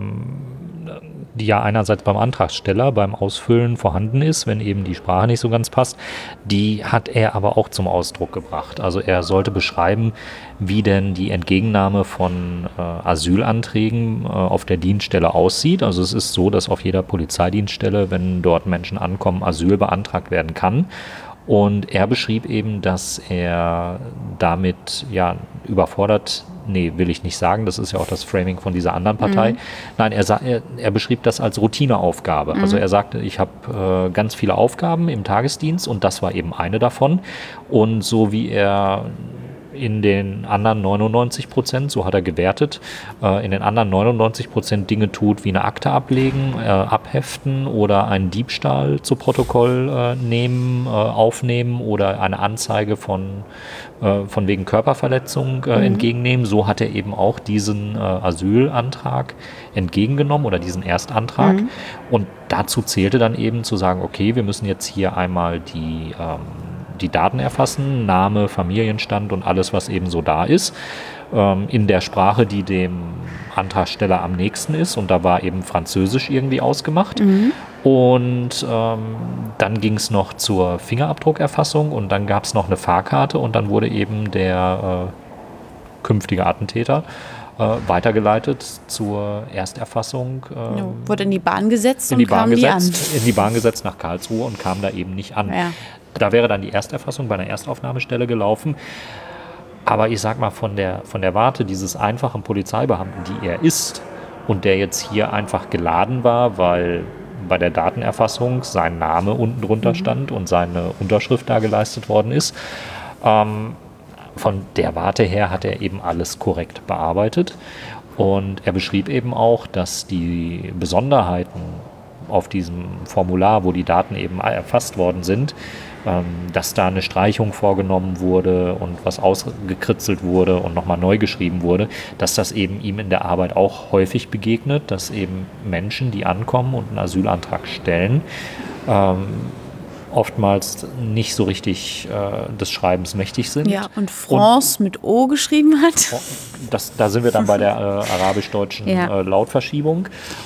Speaker 2: ja einerseits beim Antragsteller, beim Ausfüllen vorhanden ist, wenn eben die Sprache nicht so ganz passt, die hat er aber auch zum Ausdruck gebracht. Also er sollte beschreiben, wie denn die Entgegennahme von Asylanträgen auf der Dienststelle aussieht. Also es ist so, dass auf jeder Polizeidienststelle, wenn dort Menschen ankommen, Asyl beantragt werden kann. Und er beschrieb eben, dass er damit überfordert, will ich nicht sagen, das ist ja auch das Framing von dieser anderen Partei. Nein, er beschrieb das als Routineaufgabe. Also er sagte, ich habe ganz viele Aufgaben im Tagesdienst und das war eben eine davon. Und so wie er in den anderen 99%, so hat er gewertet, in den anderen 99% Dinge tut, wie eine Akte ablegen, abheften oder einen Diebstahl zu Protokoll nehmen, aufnehmen oder eine Anzeige von wegen Körperverletzung entgegennehmen. So hat er eben auch diesen Asylantrag entgegengenommen oder diesen Erstantrag. Und dazu zählte dann eben zu sagen, okay, wir müssen jetzt hier einmal die Daten erfassen, Name, Familienstand und alles, was eben so da ist, in der Sprache, die dem Antragsteller am nächsten ist. Und da war eben Französisch irgendwie ausgemacht. Und dann ging es noch zur Fingerabdruckerfassung und dann gab es noch eine Fahrkarte und dann wurde eben der künftige Attentäter weitergeleitet zur Ersterfassung.
Speaker 1: Wurde in die Bahn gesetzt
Speaker 2: in die Bahn
Speaker 1: gesetzt
Speaker 2: nach Karlsruhe und kam da eben nicht an.
Speaker 1: Ja.
Speaker 2: Da wäre dann die Ersterfassung bei einer Erstaufnahmestelle gelaufen. Aber ich sag mal, von der Warte dieses einfachen Polizeibeamten, die er ist und der jetzt hier einfach geladen war, weil bei der Datenerfassung sein Name unten drunter stand und seine Unterschrift da geleistet worden ist, von der Warte her hat er eben alles korrekt bearbeitet. Und er beschrieb eben auch, dass die Besonderheiten auf diesem Formular, wo die Daten eben erfasst worden sind, dass da eine Streichung vorgenommen wurde und was ausgekritzelt wurde und nochmal neu geschrieben wurde, dass das eben ihm in der Arbeit auch häufig begegnet, dass eben Menschen, die ankommen und einen Asylantrag stellen, oftmals nicht so richtig des Schreibens mächtig sind.
Speaker 1: Ja, und France mit O geschrieben hat.
Speaker 2: Da sind wir dann bei der arabisch-deutschen Lautverschiebung.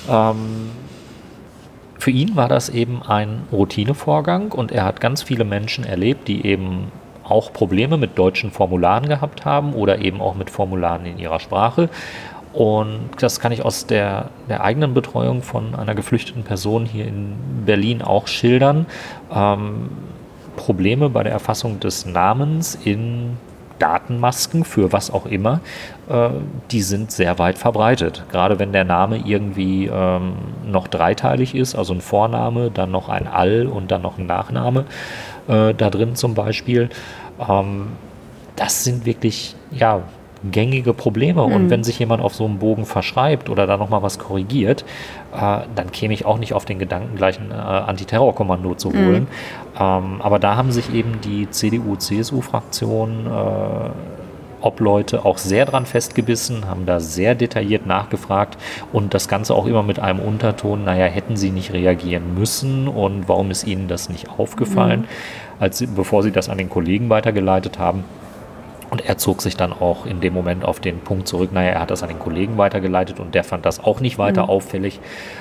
Speaker 2: Für ihn war das eben ein Routinevorgang und er hat ganz viele Menschen erlebt, die eben auch Probleme mit deutschen Formularen gehabt haben oder eben auch mit Formularen in ihrer Sprache. Und das kann ich aus der eigenen Betreuung von einer geflüchteten Person hier in Berlin auch schildern. Probleme bei der Erfassung des Namens in Datenmasken für was auch immer, die sind sehr weit verbreitet. Gerade wenn der Name irgendwie noch dreiteilig ist, also ein Vorname, dann noch ein All und dann noch ein Nachname da drin zum Beispiel. Das sind wirklich, gängige Probleme. Und wenn sich jemand auf so einem Bogen verschreibt oder da nochmal was korrigiert, dann käme ich auch nicht auf den Gedanken, gleich ein Antiterrorkommando zu holen. Aber da haben sich eben die CDU-CSU-Fraktion Obleute auch sehr dran festgebissen, haben da sehr detailliert nachgefragt und das Ganze auch immer mit einem Unterton, hätten sie nicht reagieren müssen und warum ist ihnen das nicht aufgefallen, bevor sie das an den Kollegen weitergeleitet haben. Und er zog sich dann auch in dem Moment auf den Punkt zurück, er hat das an den Kollegen weitergeleitet und der fand das auch nicht weiter auffällig.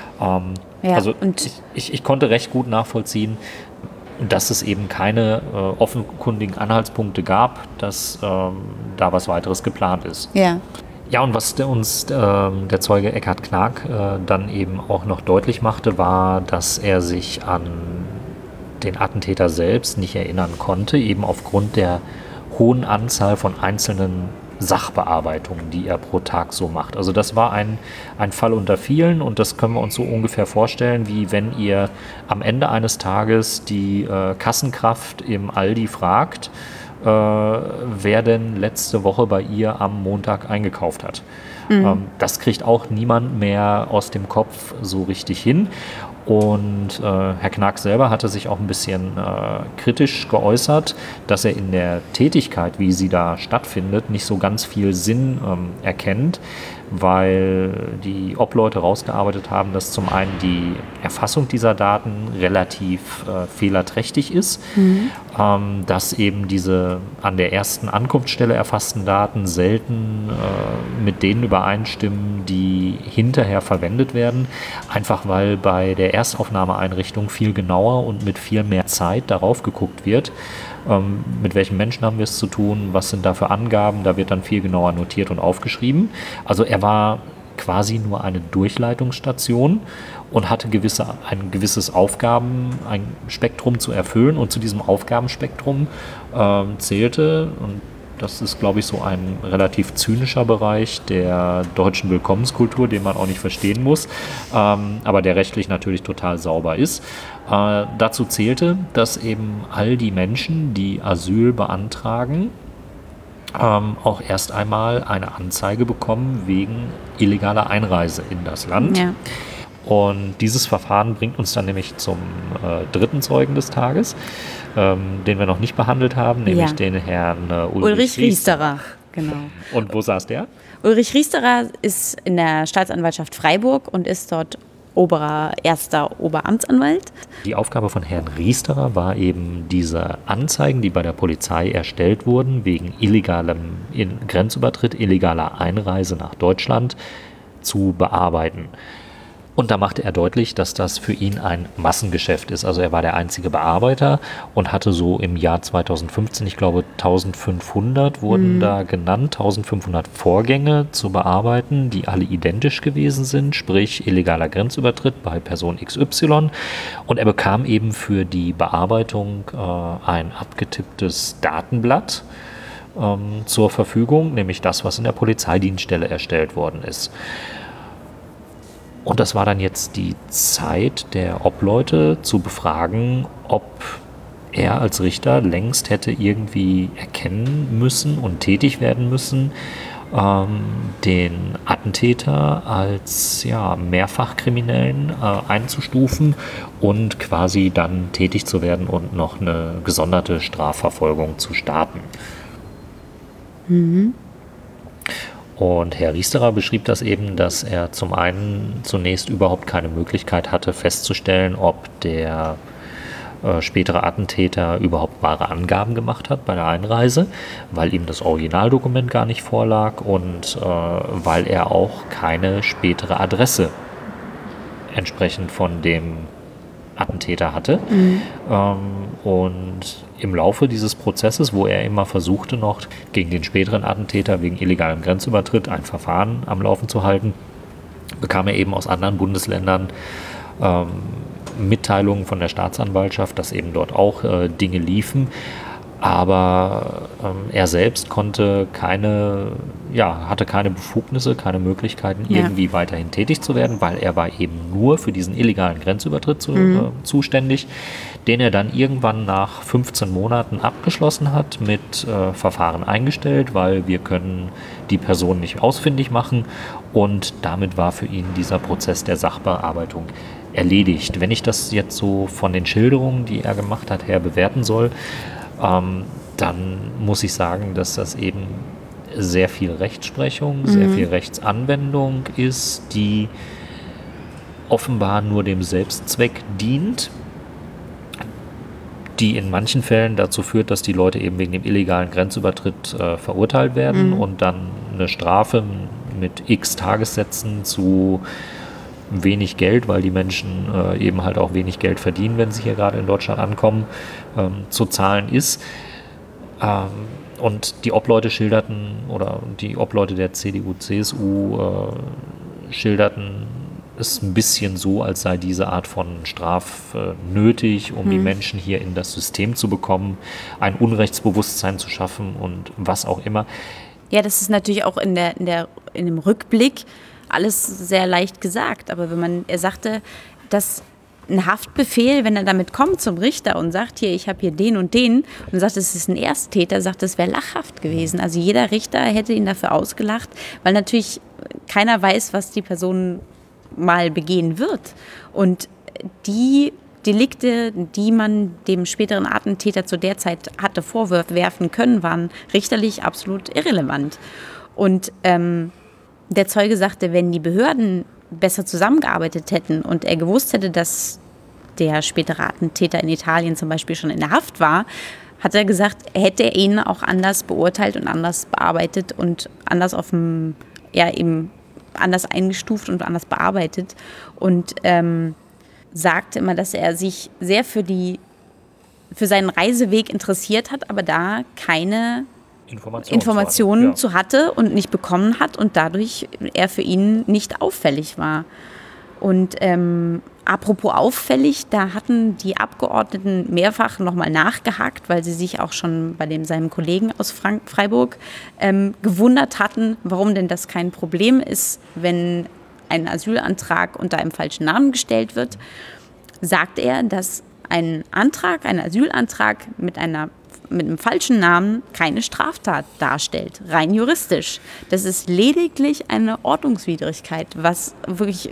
Speaker 2: Ich konnte recht gut nachvollziehen, dass es eben keine offenkundigen Anhaltspunkte gab, dass da was weiteres geplant ist.
Speaker 1: Ja.
Speaker 2: Ja, und was uns der Zeuge Eckhard Knag dann eben auch noch deutlich machte, war, dass er sich an den Attentäter selbst nicht erinnern konnte, eben aufgrund der hohen Anzahl von einzelnen Sachbearbeitungen, die er pro Tag so macht. Also das war ein Fall unter vielen und das können wir uns so ungefähr vorstellen, wie wenn ihr am Ende eines Tages die Kassenkraft im Aldi fragt, wer denn letzte Woche bei ihr am Montag eingekauft hat. Das kriegt auch niemand mehr aus dem Kopf so richtig hin. Und Herr Knaak selber hatte sich auch ein bisschen kritisch geäußert, dass er in der Tätigkeit, wie sie da stattfindet, nicht so ganz viel Sinn erkennt, weil die Obleute rausgearbeitet haben, dass zum einen die Erfassung dieser Daten relativ fehlerträchtig ist, dass eben diese an der ersten Ankunftsstelle erfassten Daten selten mit denen übereinstimmen, die hinterher verwendet werden, einfach weil bei der Erstaufnahmeeinrichtung viel genauer und mit viel mehr Zeit darauf geguckt wird, mit welchen Menschen haben wir es zu tun, was sind da für Angaben, da wird dann viel genauer notiert und aufgeschrieben. Also er war quasi nur eine Durchleitungsstation und hatte ein gewisses Aufgabenspektrum zu erfüllen, und zu diesem Aufgabenspektrum zählte, und das ist, glaube ich, so ein relativ zynischer Bereich der deutschen Willkommenskultur, den man auch nicht verstehen muss, aber der rechtlich natürlich total sauber ist. Dazu zählte, dass eben all die Menschen, die Asyl beantragen, auch erst einmal eine Anzeige bekommen wegen illegaler Einreise in das Land. Ja. Und dieses Verfahren bringt uns dann nämlich zum dritten Zeugen des Tages, den wir noch nicht behandelt haben, nämlich den Herrn Ulrich Riesterer.
Speaker 1: Genau.
Speaker 2: Und wo saß der?
Speaker 1: Ulrich Riesterer ist in der Staatsanwaltschaft Freiburg und ist dort erster Oberamtsanwalt.
Speaker 2: Die Aufgabe von Herrn Riesterer war eben, diese Anzeigen, die bei der Polizei erstellt wurden, wegen illegalem Grenzübertritt, illegaler Einreise nach Deutschland, zu bearbeiten. Und da machte er deutlich, dass das für ihn ein Massengeschäft ist. Also er war der einzige Bearbeiter und hatte so im Jahr 2015, ich glaube 1500 wurden da genannt, 1500 Vorgänge zu bearbeiten, die alle identisch gewesen sind, sprich illegaler Grenzübertritt bei Person XY. Und er bekam eben für die Bearbeitung ein abgetipptes Datenblatt zur Verfügung, nämlich das, was in der Polizeidienststelle erstellt worden ist. Und das war dann jetzt die Zeit der Obleute zu befragen, ob er als Richter längst hätte irgendwie erkennen müssen und tätig werden müssen, den Attentäter als Mehrfachkriminellen einzustufen und quasi dann tätig zu werden und noch eine gesonderte Strafverfolgung zu starten. Und Herr Riesterer beschrieb das eben, dass er zum einen zunächst überhaupt keine Möglichkeit hatte, festzustellen, ob der spätere Attentäter überhaupt wahre Angaben gemacht hat bei der Einreise, weil ihm das Originaldokument gar nicht vorlag und weil er auch keine spätere Adresse entsprechend von dem Attentäter hatte. Und im Laufe dieses Prozesses, wo er immer versuchte, noch gegen den späteren Attentäter wegen illegalem Grenzübertritt ein Verfahren am Laufen zu halten, bekam er eben aus anderen Bundesländern Mitteilungen von der Staatsanwaltschaft, dass eben dort auch Dinge liefen. Aber er selbst hatte keine Befugnisse, keine Möglichkeiten, irgendwie weiterhin tätig zu werden, weil er war eben nur für diesen illegalen Grenzübertritt zuständig, den er dann irgendwann nach 15 Monaten abgeschlossen hat, mit Verfahren eingestellt, weil wir können die Person nicht ausfindig machen, und damit war für ihn dieser Prozess der Sachbearbeitung erledigt. Wenn ich das jetzt so von den Schilderungen, die er gemacht hat, her bewerten soll, dann muss ich sagen, dass das eben sehr viel Rechtsprechung, sehr viel Rechtsanwendung ist, die offenbar nur dem Selbstzweck dient, die in manchen Fällen dazu führt, dass die Leute eben wegen dem illegalen Grenzübertritt verurteilt werden und dann eine Strafe mit x Tagessätzen zu wenig Geld, weil die Menschen eben halt auch wenig Geld verdienen, wenn sie hier gerade in Deutschland ankommen, zu zahlen ist. Und die Obleute schilderten, oder die Obleute der CDU, CSU schilderten es ein bisschen so, als sei diese Art von Straf nötig, um die Menschen hier in das System zu bekommen, ein Unrechtsbewusstsein zu schaffen und was auch immer.
Speaker 1: Ja, das ist natürlich auch in dem Rückblick alles sehr leicht gesagt, aber er sagte, dass ein Haftbefehl, wenn er damit kommt zum Richter und sagt, hier, ich habe hier den und sagt, es ist ein Ersttäter, sagt, es wäre lachhaft gewesen. Also jeder Richter hätte ihn dafür ausgelacht, weil natürlich keiner weiß, was die Person mal begehen wird. Und die Delikte, die man dem späteren Attentäter zu der Zeit hatte vorwerfen können, waren richterlich absolut irrelevant. Und der Zeuge sagte, wenn die Behörden besser zusammengearbeitet hätten und er gewusst hätte, dass der spätere Attentäter in Italien zum Beispiel schon in der Haft war, hat er gesagt, hätte er ihn auch anders beurteilt und anders bearbeitet und anders eben anders eingestuft und anders bearbeitet. Und sagte immer, dass er sich sehr für seinen Reiseweg interessiert hat, aber da keine Informationen zu hatte und nicht bekommen hat und dadurch er für ihn nicht auffällig war. Und apropos auffällig, da hatten die Abgeordneten mehrfach nochmal nachgehakt, weil sie sich auch schon bei seinem Kollegen aus Freiburg gewundert hatten, warum denn das kein Problem ist, wenn ein Asylantrag unter einem falschen Namen gestellt wird. Sagt er, dass ein Asylantrag mit einem falschen Namen keine Straftat darstellt, rein juristisch. Das ist lediglich eine Ordnungswidrigkeit, was wirklich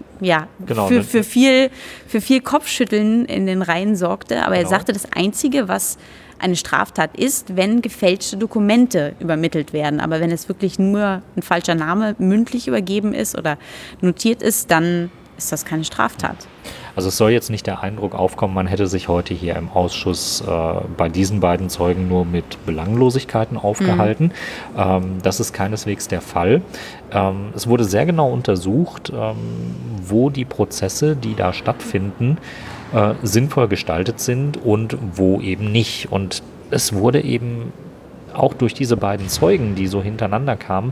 Speaker 1: für viel Kopfschütteln in den Reihen sorgte. Aber er sagte, das Einzige, was eine Straftat ist, wenn gefälschte Dokumente übermittelt werden. Aber wenn es wirklich nur ein falscher Name mündlich übergeben ist oder notiert ist, dann ist das keine Straftat.
Speaker 2: Also es soll jetzt nicht der Eindruck aufkommen, man hätte sich heute hier im Ausschuss bei diesen beiden Zeugen nur mit Belanglosigkeiten aufgehalten. Das ist keineswegs der Fall. Es wurde sehr genau untersucht, wo die Prozesse, die da stattfinden, sinnvoll gestaltet sind und wo eben nicht. Und es wurde eben auch durch diese beiden Zeugen, die so hintereinander kamen,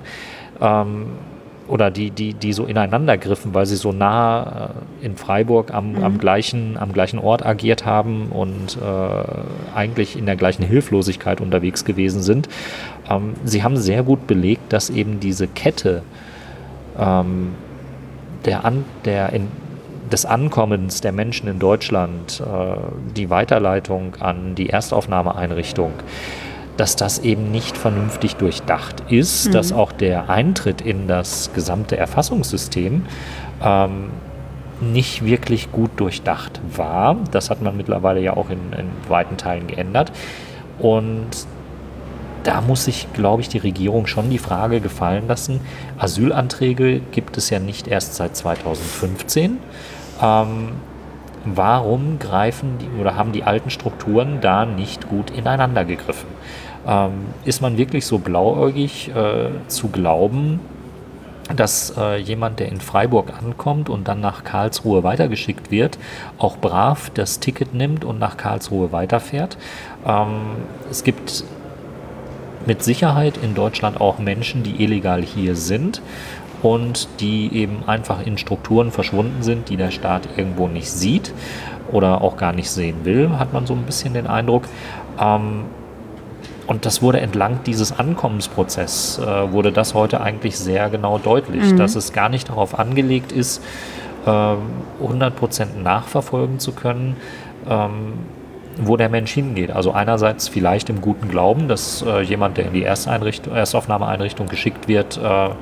Speaker 2: oder die so ineinander griffen, weil sie so nah in Freiburg am gleichen Ort agiert haben und eigentlich in der gleichen Hilflosigkeit unterwegs gewesen sind. Sie haben sehr gut belegt, dass eben diese Kette des Ankommens der Menschen in Deutschland, die Weiterleitung an die Erstaufnahmeeinrichtung, dass das eben nicht vernünftig durchdacht ist, dass auch der Eintritt in das gesamte Erfassungssystem nicht wirklich gut durchdacht war. Das hat man mittlerweile ja auch in weiten Teilen geändert. Und da muss sich, glaube ich, die Regierung schon die Frage gefallen lassen, Asylanträge gibt es ja nicht erst seit 2015. Warum haben die alten Strukturen da nicht gut ineinander gegriffen? Ist man wirklich so blauäugig zu glauben, dass jemand, der in Freiburg ankommt und dann nach Karlsruhe weitergeschickt wird, auch brav das Ticket nimmt und nach Karlsruhe weiterfährt? Es gibt mit Sicherheit in Deutschland auch Menschen, die illegal hier sind und die eben einfach in Strukturen verschwunden sind, die der Staat irgendwo nicht sieht oder auch gar nicht sehen will, hat man so ein bisschen den Eindruck. Und das wurde entlang dieses Ankommensprozesses, wurde das heute eigentlich sehr genau deutlich, dass es gar nicht darauf angelegt ist, 100% nachverfolgen zu können, wo der Mensch hingeht. Also einerseits vielleicht im guten Glauben, dass jemand, der in die Erstaufnahmeeinrichtung geschickt wird,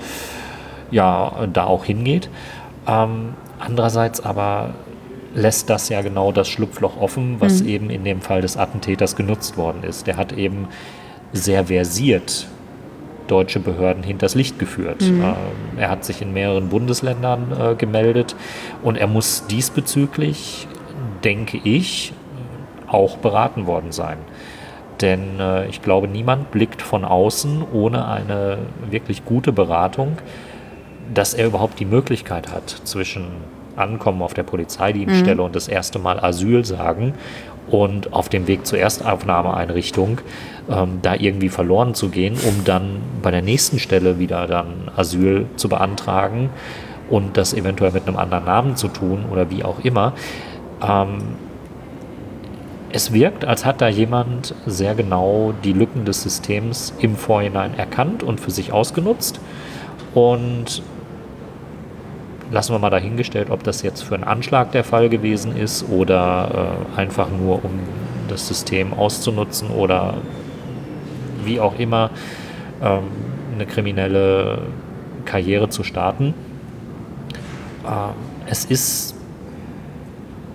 Speaker 2: da auch hingeht. Andererseits aber lässt das ja genau das Schlupfloch offen, was eben in dem Fall des Attentäters genutzt worden ist. Der hat eben sehr versiert deutsche Behörden hinters Licht geführt. Er hat sich in mehreren Bundesländern gemeldet und er muss diesbezüglich, denke ich, auch beraten worden sein. Denn ich glaube, niemand blickt von außen ohne eine wirklich gute Beratung, dass er überhaupt die Möglichkeit hat, zwischen Ankommen auf der Polizeidienststelle und das erste Mal Asyl sagen und auf dem Weg zur Erstaufnahmeeinrichtung da irgendwie verloren zu gehen, um dann bei der nächsten Stelle wieder dann Asyl zu beantragen und das eventuell mit einem anderen Namen zu tun oder wie auch immer. Es wirkt, als hat da jemand sehr genau die Lücken des Systems im Vorhinein erkannt und für sich ausgenutzt. Und lassen wir mal dahingestellt, ob das jetzt für einen Anschlag der Fall gewesen ist oder einfach nur, um das System auszunutzen oder wie auch immer eine kriminelle Karriere zu starten. Es ist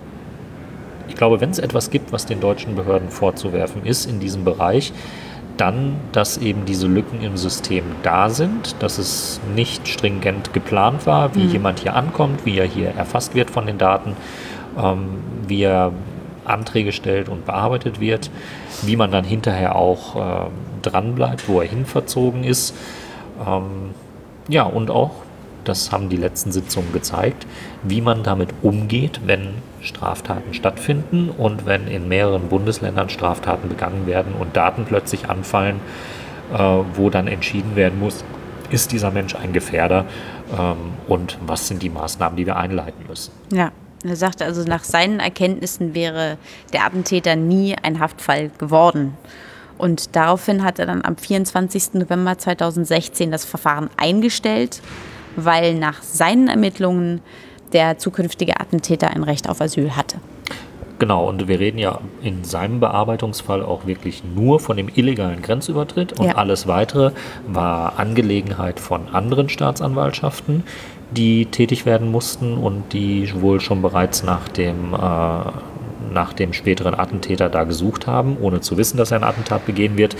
Speaker 2: glaube, wenn es etwas gibt, was den deutschen Behörden vorzuwerfen ist in diesem Bereich, dann, dass eben diese Lücken im System da sind, dass es nicht stringent geplant war, wie jemand hier ankommt, wie er hier erfasst wird von den Daten, wie er Anträge stellt und bearbeitet wird, wie man dann hinterher auch dran bleibt, wo er hinverzogen ist. Ja, und auch, das haben die letzten Sitzungen gezeigt, wie man damit umgeht, wenn Straftaten stattfinden und wenn in mehreren Bundesländern Straftaten begangen werden und Daten plötzlich anfallen, wo dann entschieden werden muss, ist dieser Mensch ein Gefährder und was sind die Maßnahmen, die wir einleiten müssen.
Speaker 1: Ja, er sagte also, nach seinen Erkenntnissen wäre der Attentäter nie ein Haftfall geworden. Und daraufhin hat er dann am 24. November 2016 das Verfahren eingestellt, weil nach seinen Ermittlungen der zukünftige Attentäter ein Recht auf Asyl hatte.
Speaker 2: Genau, und wir reden ja in seinem Bearbeitungsfall auch wirklich nur von dem illegalen Grenzübertritt und alles Weitere war Angelegenheit von anderen Staatsanwaltschaften, die tätig werden mussten und die wohl schon bereits nach dem späteren Attentäter da gesucht haben, ohne zu wissen, dass er ein Attentat begehen wird.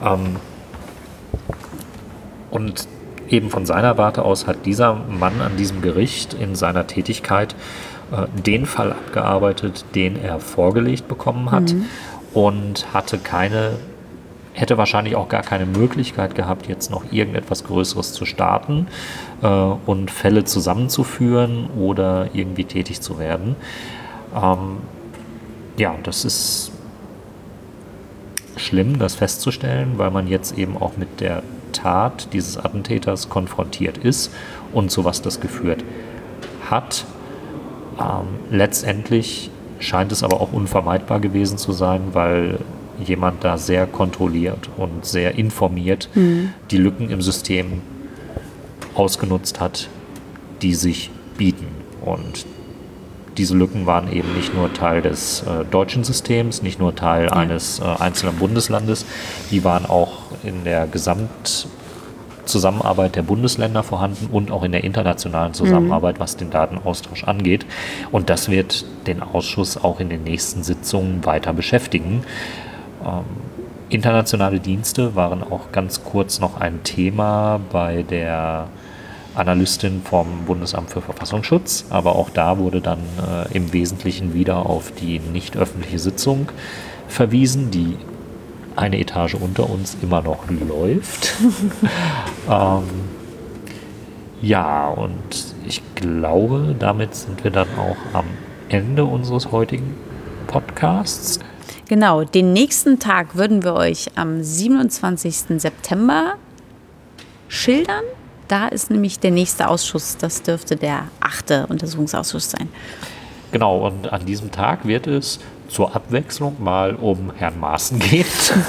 Speaker 2: Und eben von seiner Warte aus hat dieser Mann an diesem Gericht in seiner Tätigkeit den Fall abgearbeitet, den er vorgelegt bekommen hat und hätte wahrscheinlich auch gar keine Möglichkeit gehabt, jetzt noch irgendetwas Größeres zu starten und Fälle zusammenzuführen oder irgendwie tätig zu werden. Ja, das ist schlimm, das festzustellen, weil man jetzt eben auch mit der Tat dieses Attentäters konfrontiert ist und zu was das geführt hat. Letztendlich scheint es aber auch unvermeidbar gewesen zu sein, weil jemand da sehr kontrolliert und sehr informiert die Lücken im System ausgenutzt hat, die sich bieten. Und diese Lücken waren eben nicht nur Teil des deutschen Systems, nicht nur Teil eines einzelnen Bundeslandes, die waren auch in der Gesamtzusammenarbeit der Bundesländer vorhanden und auch in der internationalen Zusammenarbeit, was den Datenaustausch angeht. Und das wird den Ausschuss auch in den nächsten Sitzungen weiter beschäftigen. Internationale Dienste waren auch ganz kurz noch ein Thema bei der Analystin vom Bundesamt für Verfassungsschutz, aber auch da wurde dann im Wesentlichen wieder auf die nicht öffentliche Sitzung verwiesen, die eine Etage unter uns immer noch läuft. Ja, und ich glaube, damit sind wir dann auch am Ende unseres heutigen Podcasts.
Speaker 1: Genau, den nächsten Tag würden wir euch am 27. September schildern. Da ist nämlich der nächste Ausschuss, das dürfte der 8. Untersuchungsausschuss sein.
Speaker 2: Genau, und an diesem Tag wird es zur Abwechslung mal um Herrn Maaßen gehen,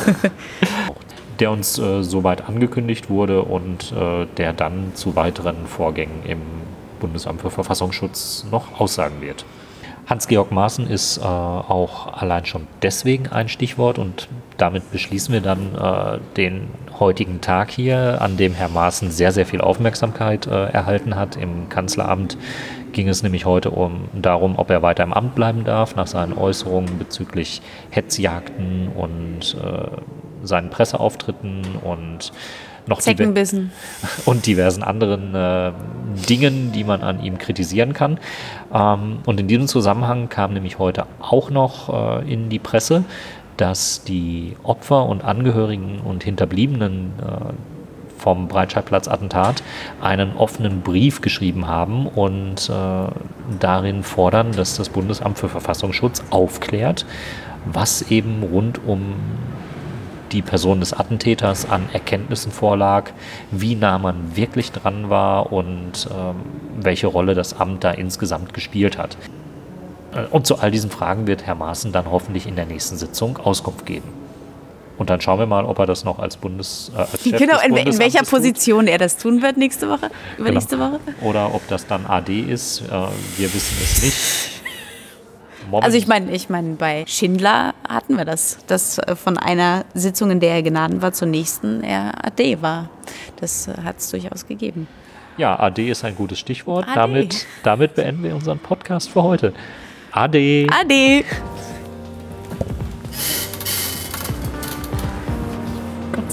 Speaker 2: der uns soweit angekündigt wurde und der dann zu weiteren Vorgängen im Bundesamt für Verfassungsschutz noch aussagen wird. Hans-Georg Maaßen ist auch allein schon deswegen ein Stichwort und damit beschließen wir dann den heutigen Tag hier, an dem Herr Maaßen sehr, sehr viel Aufmerksamkeit erhalten hat. Im Kanzleramt ging es nämlich heute darum, ob er weiter im Amt bleiben darf, nach seinen Äußerungen bezüglich Hetzjagden und seinen Presseauftritten und noch
Speaker 1: Zeckenbissen.
Speaker 2: Und diversen anderen Dingen, die man an ihm kritisieren kann. Und in diesem Zusammenhang kam nämlich heute auch noch in die Presse, dass die Opfer und Angehörigen und Hinterbliebenen vom Breitscheidplatz-Attentat einen offenen Brief geschrieben haben und darin fordern, dass das Bundesamt für Verfassungsschutz aufklärt, was eben rund um die Person des Attentäters an Erkenntnissen vorlag, wie nah man wirklich dran war und welche Rolle das Amt da insgesamt gespielt hat. Und zu all diesen Fragen wird Herr Maaßen dann hoffentlich in der nächsten Sitzung Auskunft geben. Und dann schauen wir mal, ob er das noch als Chef des Bundesamtes
Speaker 1: in welcher Position er das tun wird nächste Woche, übernächste Woche.
Speaker 2: Oder ob das dann AD ist, wir wissen es nicht.
Speaker 1: Also ich meine, bei Schindler hatten wir das, dass von einer Sitzung, in der er gnaden war, zur nächsten er AD war. Das hat es durchaus gegeben.
Speaker 2: Ja, AD ist ein gutes Stichwort. AD. Damit beenden wir unseren Podcast für heute. AD.
Speaker 1: AD.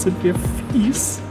Speaker 2: sind wir fies.